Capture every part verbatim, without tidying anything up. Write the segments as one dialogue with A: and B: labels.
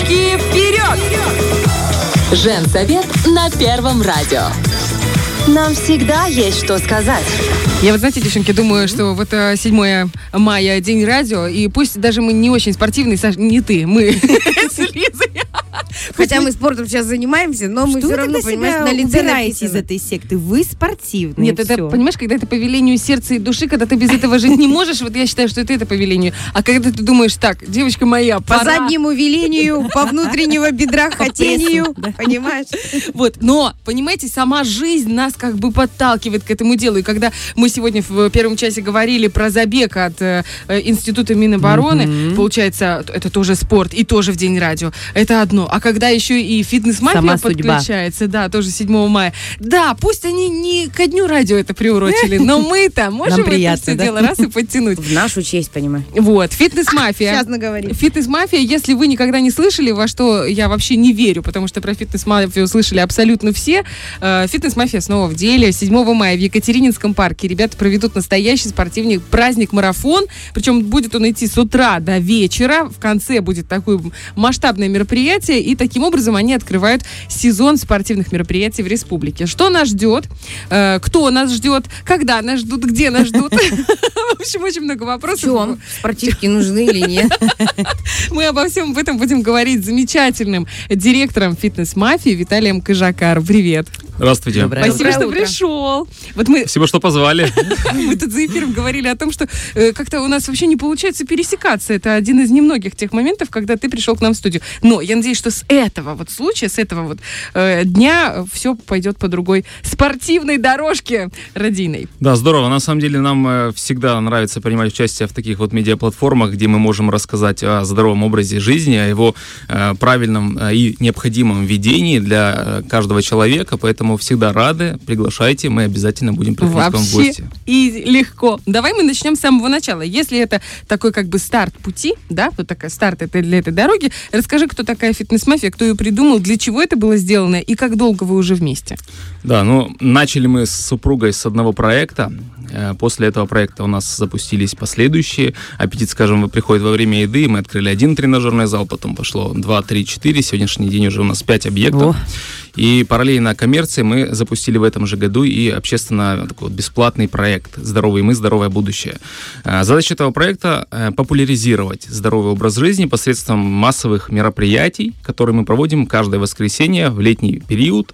A: Девочки, вперед! Женсовет на Первом радио.
B: Нам всегда есть что сказать.
C: Я вот, знаете, девчонки, думаю, что вот седьмое мая день радио, и пусть даже мы не очень спортивные, Саш, не ты, мы с Лизой.
D: Хотя мы спортом сейчас занимаемся, но мы
E: что
D: все равно, понимаешь, на лице
E: убираете из этой секты? Вы спортивные.
C: Нет, это, понимаешь, когда это по велению сердца и души, когда ты без этого жить не можешь, вот я считаю, что это это по велению. А когда ты думаешь, так, девочка моя,
D: пора. По заднему велению, по внутреннего бедра хотению, понимаешь?
C: Вот, но, понимаете, сама жизнь нас как бы подталкивает к этому делу. И когда мы сегодня в первом часе говорили про забег от э, Института Минобороны, mm-hmm. получается, это тоже спорт и тоже в день радио. Это одно. А когда еще и фитнес-мафия сама подключается, судьба. Да, тоже седьмого мая. Да, пусть они не ко дню радио это приурочили, но мы-то можем это все дело раз и подтянуть.
D: В нашу честь, понимаю.
C: Вот, фитнес-мафия.
D: Сейчас наговорим.
C: Фитнес-мафия, если вы никогда не слышали, во что я вообще не верю, потому что про фитнес-мафию слышали абсолютно все. Фитнес-мафия снова в деле. седьмого мая в Екатерининском парке ребята проведут настоящий спортивный праздник-марафон. Причем будет он идти с утра до вечера. В конце будет такое масштабное мероприятие. И таким образом они открывают сезон спортивных мероприятий в республике. Что нас ждет? Э, кто нас ждет? Когда нас ждут? Где нас ждут? В общем, очень много вопросов.
D: В чем? Спортивки нужны или нет?
C: Мы обо всем об этом будем говорить с замечательным директором фитнес-мафии Виталием Кожакаром. Привет.
F: Здравствуйте.
C: Доброе Спасибо, утро. Что пришел. Вот мы...
F: Спасибо, что позвали.
C: Мы тут за эфиром говорили о том, что э, как-то у нас вообще не получается пересекаться. Это один из немногих тех моментов, когда ты пришел к нам в студию. Но я надеюсь, что с этого вот случая, с этого вот э, дня все пойдет по другой спортивной дорожке радийной.
F: Да, здорово. На самом деле нам э, всегда нравится принимать участие в таких вот медиаплатформах, где мы можем рассказать о здоровом образе жизни, о его э, правильном э, и необходимом ведении для э, каждого человека. Поэтому всегда рады, приглашайте, мы обязательно будем приходить к вам в гости.
C: И легко. Давай мы начнем с самого начала. Если это такой как бы старт пути, да, вот такой старт это для этой дороги, расскажи, кто такая фитнес-мафия, кто ее придумал, для чего это было сделано и как долго вы уже вместе?
F: Да, ну, начали мы с супругой с одного проекта. После этого проекта у нас запустились последующие. Аппетит, скажем, приходит во время еды. Мы открыли один тренажерный зал, потом пошло два, три, четыре. Сегодняшний день уже у нас пять объектов. О. И параллельно коммерции мы запустили в этом же году и общественно такой вот бесплатный проект «Здоровые мы, здоровое будущее». Задача этого проекта – популяризировать здоровый образ жизни посредством массовых мероприятий, которые мы проводим каждое воскресенье в летний период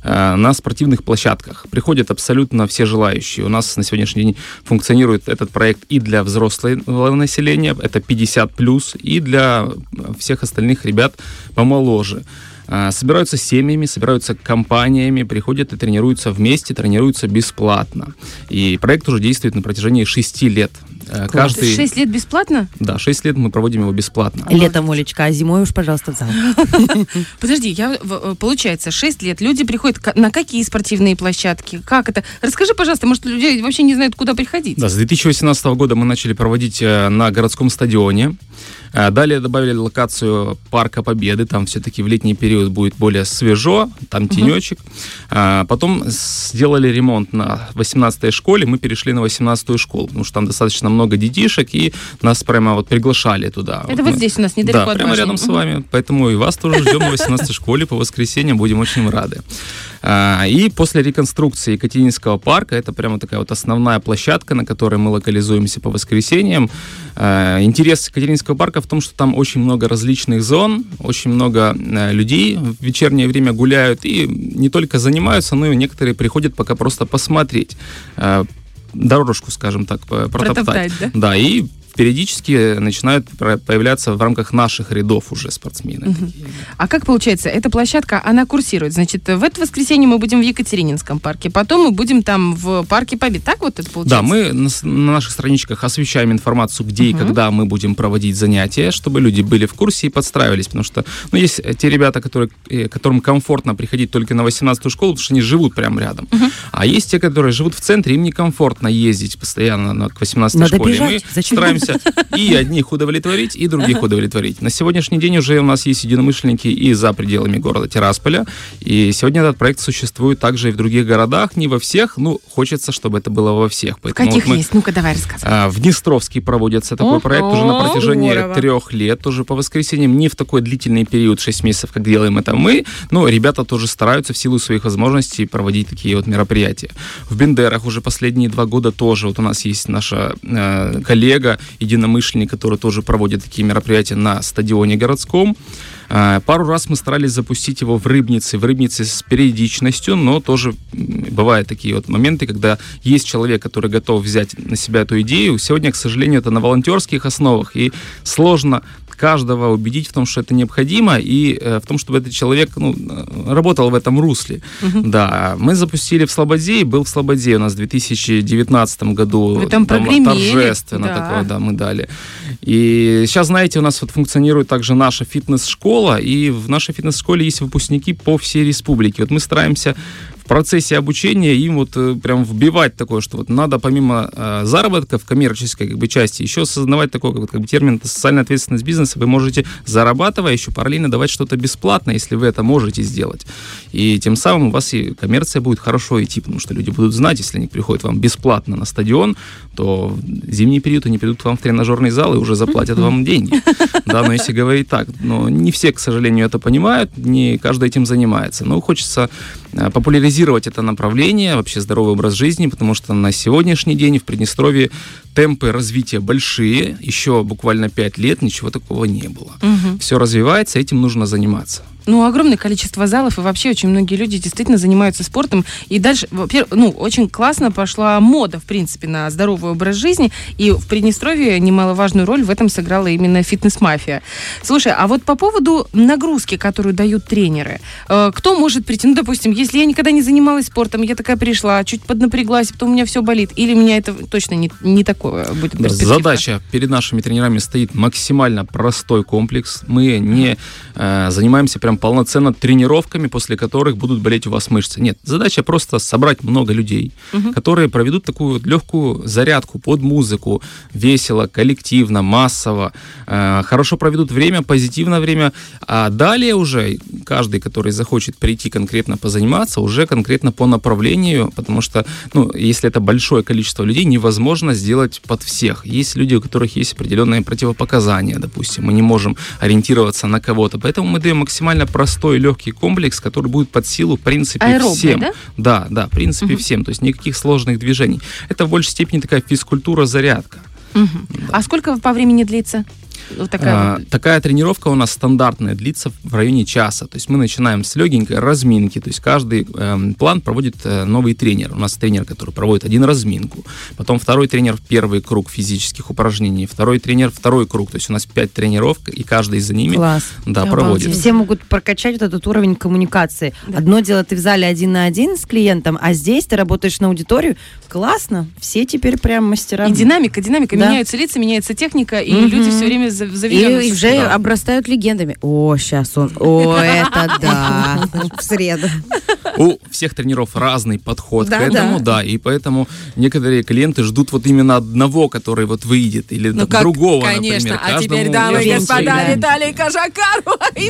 F: на спортивных площадках. Приходят абсолютно все желающие. У нас на сегодняшний день функционирует этот проект и для взрослого населения, это пятьдесят плюс, и для всех остальных ребят помоложе. Собираются семьями, собираются компаниями, приходят и тренируются вместе, тренируются бесплатно. И проект уже действует на протяжении шести лет.
C: Каждый... Шесть лет бесплатно?
F: Да, шесть лет мы проводим его бесплатно.
E: Летом, Олечка, а зимой уж, пожалуйста, в зал.
C: Подожди, я, получается, шесть лет люди приходят на какие спортивные площадки? Как это? Расскажи, пожалуйста, может, люди вообще не знают, куда приходить?
F: Да, с две тысячи восемнадцатого года мы начали проводить на городском стадионе. Далее добавили локацию Парка Победы, там все-таки в летний период будет более свежо, там тенечек. Uh-huh. Потом сделали ремонт на восемнадцатой школе, мы перешли на восемнадцатую школу, потому что там достаточно много детишек, и нас прямо вот приглашали туда.
C: Это вот,
F: вот мы...
C: здесь у нас недалеко
F: да,
C: от
F: прямо
C: вашего.
F: рядом с вами, поэтому и вас тоже ждем на восемнадцатой школе по воскресеньям, будем очень рады. И после реконструкции Екатерининского парка, это прямо такая вот основная площадка, на которой мы локализуемся по воскресеньям. Интерес Екатерининского парка в том, что там очень много различных зон, очень много людей в вечернее время гуляют и не только занимаются, но и некоторые приходят пока просто посмотреть, дорожку, скажем так, протоптать.
C: Протоптать, да?
F: Да, и периодически начинают появляться в рамках наших рядов уже спортсмены.
C: Uh-huh. А как получается, эта площадка, она курсирует? Значит, в это воскресенье мы будем в Екатерининском парке, потом мы будем там в Парке Победы. Так вот это получается?
F: Да, мы на, на наших страничках освещаем информацию, где uh-huh. и когда мы будем проводить занятия, чтобы люди были в курсе и подстраивались, потому что ну, есть те ребята, которые, которым комфортно приходить только на восемнадцатую школу, потому что они живут прямо рядом. Uh-huh. А есть те, которые живут в центре, им некомфортно ездить постоянно на, к восемнадцатой
E: Надо
F: школе.
E: Бежать.
F: Мы
E: Зачем
F: стараемся стараемся и одних удовлетворить, и других удовлетворить. На сегодняшний день уже у нас есть единомышленники и за пределами города Тирасполя. И сегодня этот проект существует также и в других городах, не во всех, ну, хочется, чтобы это было во всех.
C: Поэтому в каких вот мы, есть? Ну-ка, давай рассказывай.
F: А, в Днестровске проводится такой О, проект уже на протяжении здорово. трех лет, тоже по воскресеньям, не в такой длительный период, шесть месяцев, как делаем это мы, но ребята тоже стараются в силу своих возможностей проводить такие вот мероприятия. В Бендерах уже последние два года тоже, вот у нас есть наша э, коллега, единомышленник, который тоже проводит такие мероприятия на стадионе городском. Э, пару раз мы старались запустить его в Рыбнице, в Рыбнице с периодичностью, но тоже бывают такие вот моменты, когда есть человек, который готов взять на себя эту идею. Сегодня, к сожалению, это на волонтерских основах, и сложно каждого убедить в том, что это необходимо, и э, в том, чтобы этот человек ну, работал в этом русле. Uh-huh. Да, мы запустили в Слободе, был в Слободе у нас в две тысячи девятнадцатом году.
C: Вы там прогремели.
F: Торжественно да. такое, да, мы дали. И сейчас, знаете, у нас вот функционирует также наша фитнес-школа, и в нашей фитнес-школе есть выпускники по всей республике. Вот мы стараемся в процессе обучения им вот э, прям вбивать такое, что вот надо помимо э, заработка в коммерческой как бы части еще осознавать такой как, как бы термин социальная ответственность бизнеса. Вы можете, зарабатывая, еще параллельно давать что-то бесплатно, если вы это можете сделать. И тем самым у вас и коммерция будет хорошо идти, потому что люди будут знать, если они приходят вам бесплатно на стадион, то в зимний период они придут к вам в тренажерный зал и уже заплатят вам деньги. Да, но если говорить так, но не все, к сожалению, это понимают, не каждый этим занимается. Но хочется популяризировать это направление, вообще здоровый образ жизни, потому что на сегодняшний день в Приднестровье темпы развития большие, еще буквально пять лет ничего такого не было. Угу. Все развивается, этим нужно заниматься.
C: Ну, огромное количество залов, и вообще очень многие люди действительно занимаются спортом. И дальше, во-первых, ну, очень классно пошла мода, в принципе, на здоровый образ жизни, и в Приднестровье немаловажную роль в этом сыграла именно фитнес-мафия. Слушай, а вот по поводу нагрузки, которую дают тренеры, э, кто может прийти, ну, допустим, если я никогда не занималась спортом, я такая пришла, чуть поднапряглась, потом у меня все болит, или у меня это точно не, не такое будет перспектива?
F: Задача перед нашими тренерами стоит максимально простой комплекс. Мы не э, занимаемся прям полноценно тренировками, после которых будут болеть у вас мышцы. Нет, задача просто собрать много людей, угу. которые проведут такую легкую зарядку под музыку, весело, коллективно, массово, э, хорошо проведут время, позитивное время, а далее уже каждый, который захочет прийти конкретно позаниматься, уже конкретно по направлению, потому что, ну, если это большое количество людей, невозможно сделать под всех. Есть люди, у которых есть определенные противопоказания, допустим, мы не можем ориентироваться на кого-то, поэтому мы даем максимально простой легкий комплекс, который будет под силу, в принципе, Аэробный, всем. Да? Да, да, в принципе, угу. всем. То есть никаких сложных движений. Это в большей степени такая физкультура-зарядка.
C: Угу. Да. А сколько по времени длится? Вот такая,
F: а, вот. такая тренировка у нас стандартная, длится в районе часа. То есть мы начинаем с легенькой разминки. То есть каждый э, план проводит э, новый тренер. У нас тренер, который проводит один разминку. Потом второй тренер первый круг физических упражнений. Второй тренер второй круг. То есть у нас пять тренировок, и каждый за ними
E: Класс.
F: Да, проводит.
E: Все могут прокачать вот этот уровень коммуникации. Да. Одно дело, ты в зале один на один с клиентом, а здесь ты работаешь на аудиторию. Классно. Все теперь прям мастера.
C: И динамика, динамика. Да. Меняются лица, меняется техника, и угу. люди все время заведены.
D: И уже да. обрастают легендами. О, сейчас он. О, это да. В среду.
F: У всех тренеров разный подход
D: да,
F: к этому, да. да, и поэтому некоторые клиенты ждут вот именно одного, который вот выйдет, или ну, как, другого,
C: конечно.
F: например.
C: А теперь, дамы и господа, да. Виталий Кожакару.
D: И,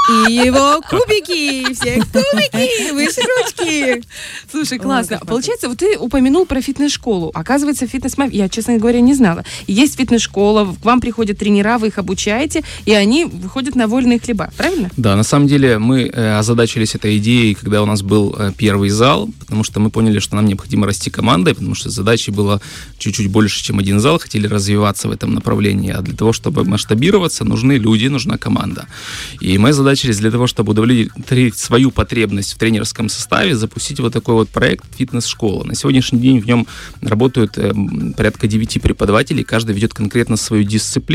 D: и его кубики, все кубики, выше ручки.
C: Слушай, классно. Ой, Получается, вот ты упомянул про фитнес-школу. Оказывается, фитнес-мафия, я, честно говоря, не знала. Есть фитнес-школа, к вам приходят тренера, вы их обучаете, и они выходят на вольные хлеба, правильно?
F: Да, на самом деле мы э, озадачились этой идеей, когда у нас был э, первый зал, потому что мы поняли, что нам необходимо расти командой, потому что задачей было чуть-чуть больше, чем один зал, хотели развиваться в этом направлении, а для того, чтобы масштабироваться, нужны люди, нужна команда. И мы озадачились для того, чтобы удовлетворить свою потребность в тренерском составе, запустить вот такой вот проект «Фитнес-школа». На сегодняшний день в нем работают э, порядка девяти преподавателей, каждый ведет конкретно свою дисциплину.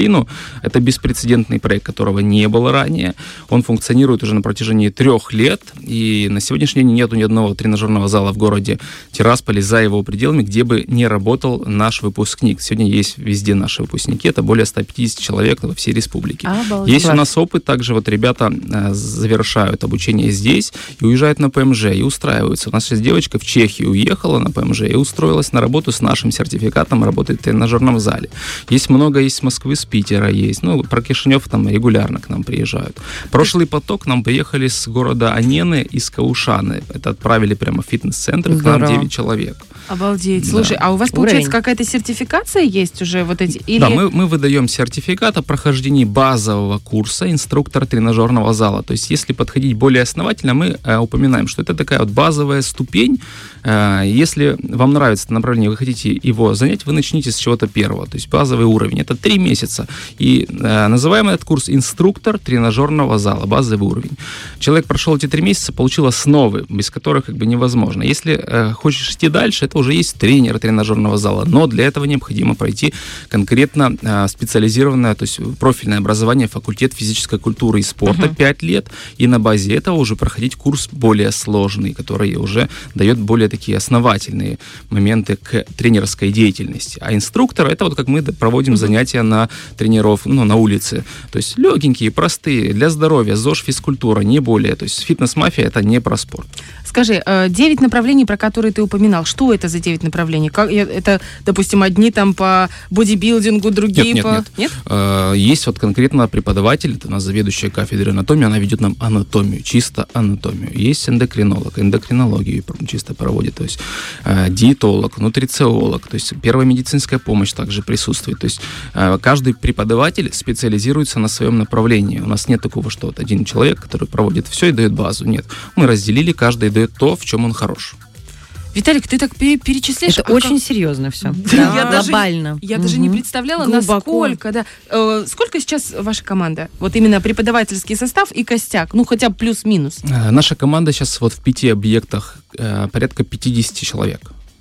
F: Это беспрецедентный проект, которого не было ранее. Он функционирует уже на протяжении трех лет, и на сегодняшний день нету ни одного тренажерного зала в городе Тирасполе за его пределами, где бы не работал наш выпускник. Сегодня есть везде наши выпускники, это более ста пятидесяти человек во всей республике.
C: Обалдеть.
F: Есть у нас опыт, также вот ребята э, завершают обучение здесь и уезжают на ПМЖ, и устраиваются. У нас сейчас девочка в Чехию уехала на ПМЖ и устроилась на работу с нашим сертификатом, работает в тренажерном зале. Есть много, есть с Москвы, с Питера есть. Ну, про Кишинев там регулярно к нам приезжают. Прошлый поток к нам приехали с города Анены и с Каушаны. Это отправили прямо в фитнес-центр, к нам девять человек.
C: Обалдеть.
F: Да.
C: Слушай, а у вас,
D: Уровень.
C: получается, какая-то сертификация есть уже вот эти? Или...
F: Да, мы, мы выдаем сертификат о прохождении базового курса инструктор тренажерного зала. То есть, если подходить более основательно, мы э, упоминаем, что это такая вот базовая ступень. Э, если вам нравится это направление, вы хотите его занять, вы начните с чего-то первого. То есть, базовый уровень. Это три месяца. И э, называем этот курс инструктор тренажерного зала, базовый уровень. Человек прошел эти три месяца, получил основы, без которых как бы невозможно. Если э, хочешь идти дальше, это уже есть тренер тренажерного зала, но для этого необходимо пройти конкретно э, специализированное, то есть профильное образование, факультет физической культуры и спорта uh-huh. пять лет, и на базе этого уже проходить курс более сложный, который уже дает более такие основательные моменты к тренерской деятельности. А инструктор — это вот как мы проводим uh-huh. занятия на тренеров, ну, на улице, то есть легенькие, простые, для здоровья, ЗОЖ, физкультура, не более, то есть фитнес-мафия — это не про спорт.
C: Скажи, девять направлений, про которые ты упоминал, что это за девять направлений? Как, это, допустим, одни там по бодибилдингу, другие
F: нет,
C: по...
F: Нет, нет, нет. Есть вот конкретно преподаватель, это у нас заведующая кафедрой анатомии, она ведет нам анатомию, чисто анатомию. Есть эндокринолог, эндокринологию чисто проводит, то есть диетолог, нутрициолог, то есть первая медицинская помощь также присутствует. То есть каждый преподаватель специализируется на своем направлении. У нас нет такого, что вот один человек, который проводит все и дает базу. Нет. Мы разделили, каждый дает то, в чем он хорош.
C: Виталик, ты так перечисляешь...
D: Это
C: а
D: очень
C: как...
D: серьезно все.
C: Да, я
D: глобально.
C: Даже, я угу. даже не представляла,
D: Глубоко.
C: насколько... Да. Э, сколько сейчас ваша команда? Вот именно преподавательский состав и костяк. Ну, хотя бы плюс-минус.
F: Э, наша команда сейчас вот в пяти объектах э, порядка пятьдесят человек.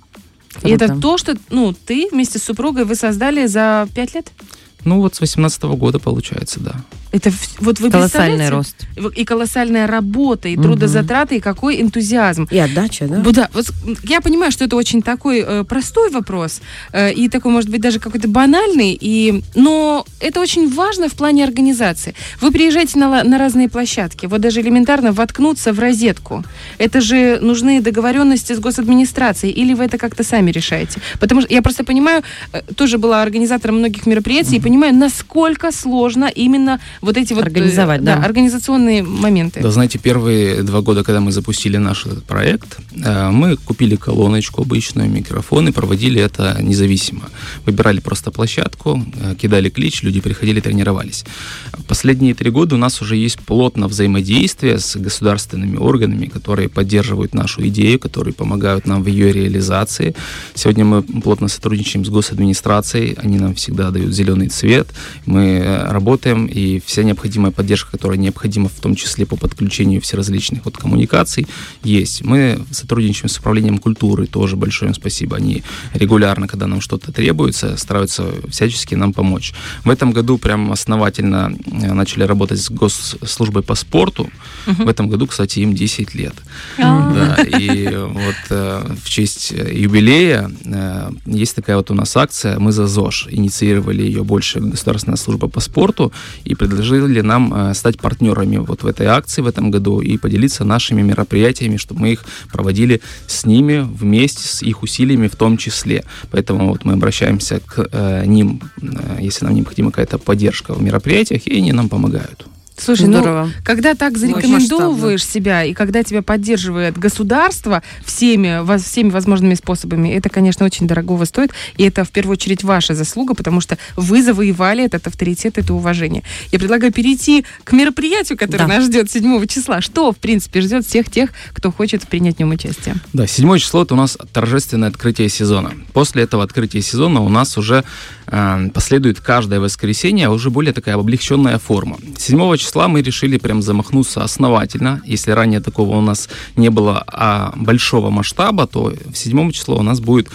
C: И это то, что ну, ты вместе с супругой вы создали за пять лет?
F: Ну, вот с восемнадцатого года получается, да.
C: Это вот вы
D: колоссальный рост.
C: И колоссальная работа, и трудозатраты, и какой энтузиазм.
D: И отдача, да?
C: Да, вот я понимаю, что это очень такой э, простой вопрос, э, и такой, может быть, даже какой-то банальный, и, но это очень важно в плане организации. Вы приезжаете на, на разные площадки, вот даже элементарно воткнуться в розетку. Это же нужны договоренности с госадминистрацией, или вы это как-то сами решаете? Потому что я просто понимаю, э, тоже была организатором многих мероприятий, mm-hmm. и понимаю, насколько сложно именно вот эти вот
D: организовать,
C: да,
D: да.
C: организационные моменты.
F: Да, знаете, первые два года, когда мы запустили наш этот проект, мы купили колоночку обычную, микрофон и проводили это независимо. Выбирали просто площадку, кидали клич, люди приходили, тренировались. Последние три года у нас уже есть плотное взаимодействие с государственными органами, которые поддерживают нашу идею, которые помогают нам в ее реализации. Сегодня мы плотно сотрудничаем с госадминистрацией, они нам всегда дают зеленый цвет, мы работаем, и вся необходимая поддержка, которая необходима в том числе по подключению всеразличных вот коммуникаций, есть. Мы сотрудничаем с управлением культуры, тоже большое им спасибо. Они регулярно, когда нам что-то требуется, стараются всячески нам помочь. В этом году прям основательно начали работать с Госслужбой по спорту. Uh-huh. В этом году, кстати, им десять лет. Uh-huh. Да, и вот э, в честь юбилея э, есть такая вот у нас акция «Мы за ЗОЖ». Инициировали ее больше Государственная служба по спорту и предложили нам э, стать партнерами вот в этой акции в этом году и поделиться нашими мероприятиями, чтобы мы их проводили с ними вместе, с их усилиями в том числе. Поэтому вот мы обращаемся к э, ним, э, если нам необходима какая-то поддержка в мероприятиях, и они нам помогают.
C: Слушай,
D: здорово.
C: Ну, когда так зарекомендовываешь себя, и когда тебя поддерживает государство всеми, всеми возможными способами, это, конечно, очень дорогого стоит, и это, в первую очередь, ваша заслуга, потому что вы завоевали этот авторитет, это уважение. Я предлагаю перейти к мероприятию, которое да. нас ждет седьмого числа. Что, в принципе, ждет всех тех, кто хочет принять в нем участие? Да,
F: седьмое число — это у нас торжественное открытие сезона. После этого открытия сезона у нас уже э, последует каждое воскресенье, а уже более такая облегченная форма. седьмого числа мы решили прям замахнуться основательно. Если ранее такого у нас не было а, большого масштаба, то в седьмое число у нас будет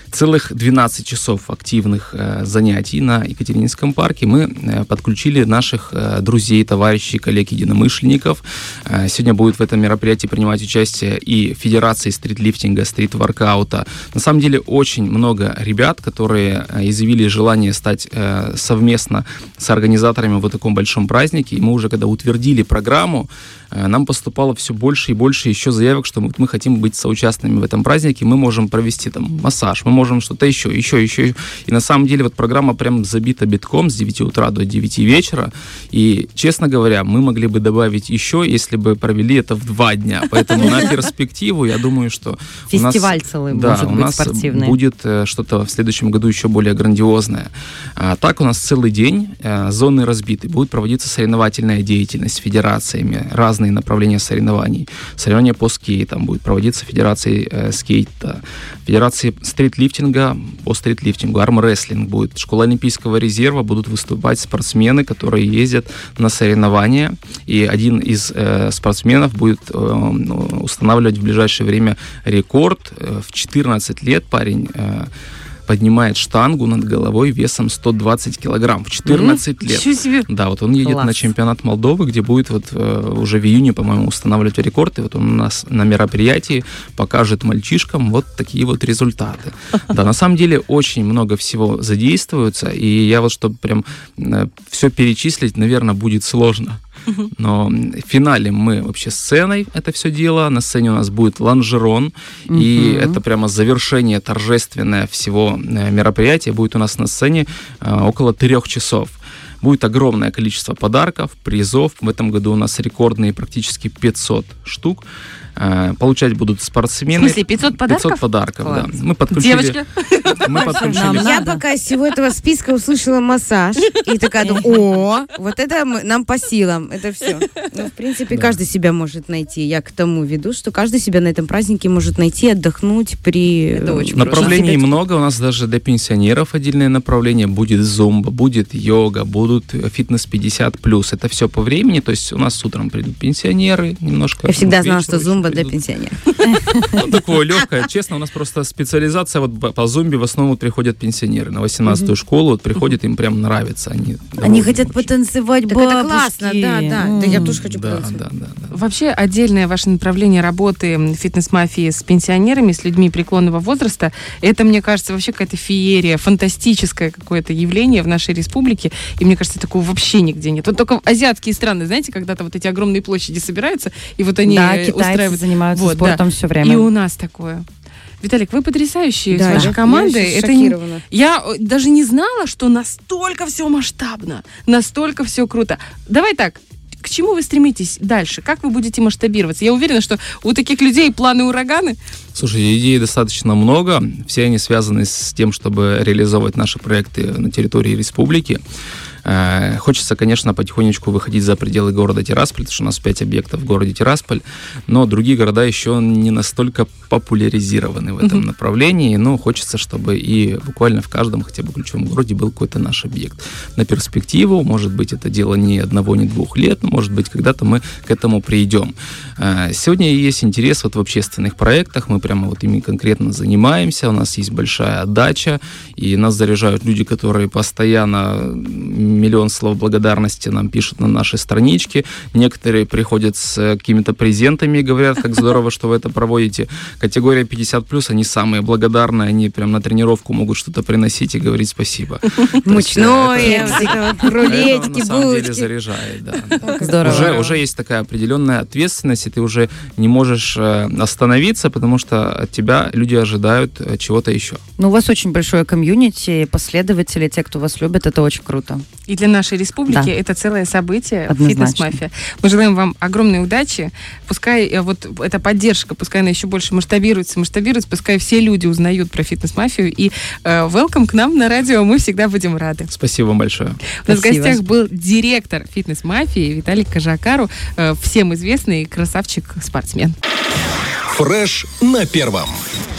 F: целых двенадцать часов активных э, занятий на Екатерининском парке. Мы э, подключили наших э, друзей, товарищей, коллег, единомышленников. Э, сегодня будет в этом мероприятии принимать участие и Федерация стритлифтинга, стрит-воркаута. На самом деле очень много ребят, которые э, изъявили желание стать э, совместно с организаторами в таком большом празднике. И мы уже, когда утвердили программу, э, нам поступало все больше и больше еще заявок, что мы, мы хотим быть соучастными в этом празднике. Мы можем провести там массаж, мы можем что-то еще, еще, еще. И на самом деле вот программа прям забита битком с девяти утра до девяти вечера. И, честно говоря, мы могли бы добавить еще, если бы провели это в два дня. Поэтому на перспективу, я думаю, что
E: фестиваль целый может быть спортивный.
F: Будет что-то в следующем году еще более грандиозное. А так у нас целый день зоны разбиты. Будет проводиться соревновательная деятельность с федерациями, разные направления соревнований. Соревнования по скейтам будет проводиться федерацией э, скейта, федерацией стритлифтинга по стритлифтингу, армрестлинг будет. Школа Олимпийского резерва, будут выступать спортсмены, которые ездят на соревнования. И один из э, спортсменов будет э, устанавливать в ближайшее время рекорд. В четырнадцать лет парень э, поднимает штангу над головой весом сто двадцать килограмм в четырнадцать лет.
C: Себе.
F: Да, вот он едет
E: Класс.
F: на чемпионат Молдовы, где будет вот э, уже в июне, по-моему, устанавливать рекорд. И вот он у нас на мероприятии покажет мальчишкам вот такие вот результаты. Да, на самом деле очень много всего задействуется, и я вот, чтобы прям э, все перечислить, наверное, будет сложно. Но в финале мы вообще сценой это все дело. На сцене у нас будет лонжерон. Uh-huh. И это прямо завершение торжественное всего мероприятия. Будет у нас на сцене э, около трех часов. Будет огромное количество подарков, призов. В этом году у нас рекордные практически пятьсот штук. Получать будут спортсмены.
C: В смысле, пятьсот подарков?
F: пятьсот подарков,
C: Класс.
F: да. Мы подключили...
C: Девочки.
F: Мы подключили...
D: Я пока из всего этого списка услышала массаж и такая думаю, о, вот это мы, нам по силам, это все. Ну, в принципе,
F: Да.
D: каждый себя может найти. Я к тому веду, что каждый себя на этом празднике может найти, отдохнуть при...
C: Это очень
F: Направлений много. У нас даже для пенсионеров отдельное направление. Будет зумба, будет йога, будут фитнес пятьдесят плюс. Это все по времени. То есть у нас с утром придут пенсионеры немножко.
D: Я всегда знала,
F: вечером
D: что зумба для
F: придут.
D: пенсионеров.
F: Ну, такое легкое. Честно, у нас просто специализация вот по зумбе в основном вот приходят пенсионеры. На восемнадцатую школу вот приходят, им прям нравится. Они,
E: Они хотят потанцевать
D: Так
E: бабушки.
D: это классно, да, да. Да я тоже хочу
F: Да,
D: потанцевать.
F: да, да, да.
C: Вообще отдельное ваше направление работы фитнес-мафии с пенсионерами, с людьми преклонного возраста, это, мне кажется, вообще какая-то феерия, фантастическое какое-то явление в нашей республике. И мне кажется, такого вообще нигде нет. Вот только азиатские страны, знаете, когда-то вот эти огромные площади собираются, и вот они
E: Да,
C: э,
E: китайцы
C: устраивают...
E: занимаются
C: Вот,
E: спортом
C: да.
E: все время.
C: И у нас такое. Виталик, вы потрясающие
D: Да,
C: с вашей
D: я-
C: командой.
D: я
C: Это не-
D: шокирована.
C: Я э, даже не знала, что настолько все масштабно, настолько все круто. Давай так, к чему вы стремитесь дальше? Как вы будете масштабироваться? Я уверена, что у таких людей планы ураганы.
F: Слушай, идей достаточно много. Все они связаны с тем, чтобы реализовывать наши проекты на территории республики. Э, Хочется, конечно, потихонечку выходить за пределы города Тирасполь, потому что у нас пять объектов в городе Тирасполь, но другие города еще не настолько популяризированы в этом направлении, но хочется, чтобы и буквально в каждом хотя бы ключевом городе был какой-то наш объект. На перспективу, может быть, это дело не одного, не двух лет, но, может быть, когда-то мы к этому придем. Э, Сегодня есть интерес вот в общественных проектах, мы прямо вот ими конкретно занимаемся, у нас есть большая отдача, и нас заряжают люди, которые постоянно миллион слов благодарности нам пишут на нашей страничке. Некоторые приходят с какими-то презентами и говорят, как здорово, что вы это проводите. Категория пятьдесят плюс, они самые благодарные, они прям на тренировку могут что-то приносить и говорить спасибо.
D: Мучное,
F: Это-
D: вот это вот
F: это
D: рулетики,
F: на самом деле
D: булочки.
F: заряжает, да.
E: Здорово.
F: Уже, уже есть такая определенная ответственность, и ты уже не можешь э, остановиться, потому что от тебя люди ожидают э, чего-то еще.
E: Ну, у вас очень большое комьюнити, последователи, те, кто вас любит, это очень круто.
C: И для нашей республики
E: Да.
C: это целое событие,
E: Однозначно.
C: фитнес-мафия. Мы желаем вам огромной удачи. Пускай э, вот эта поддержка, пускай она еще больше масштабируется, масштабируется, пускай все люди узнают про фитнес-мафию. И э, welcome к нам на радио, мы всегда будем рады.
F: Спасибо вам большое.
C: У нас в
E: Спасибо.
C: гостях был директор фитнес-мафии Виталий Кожакару, э, всем известный красавчик-спортсмен.
G: Фреш на первом.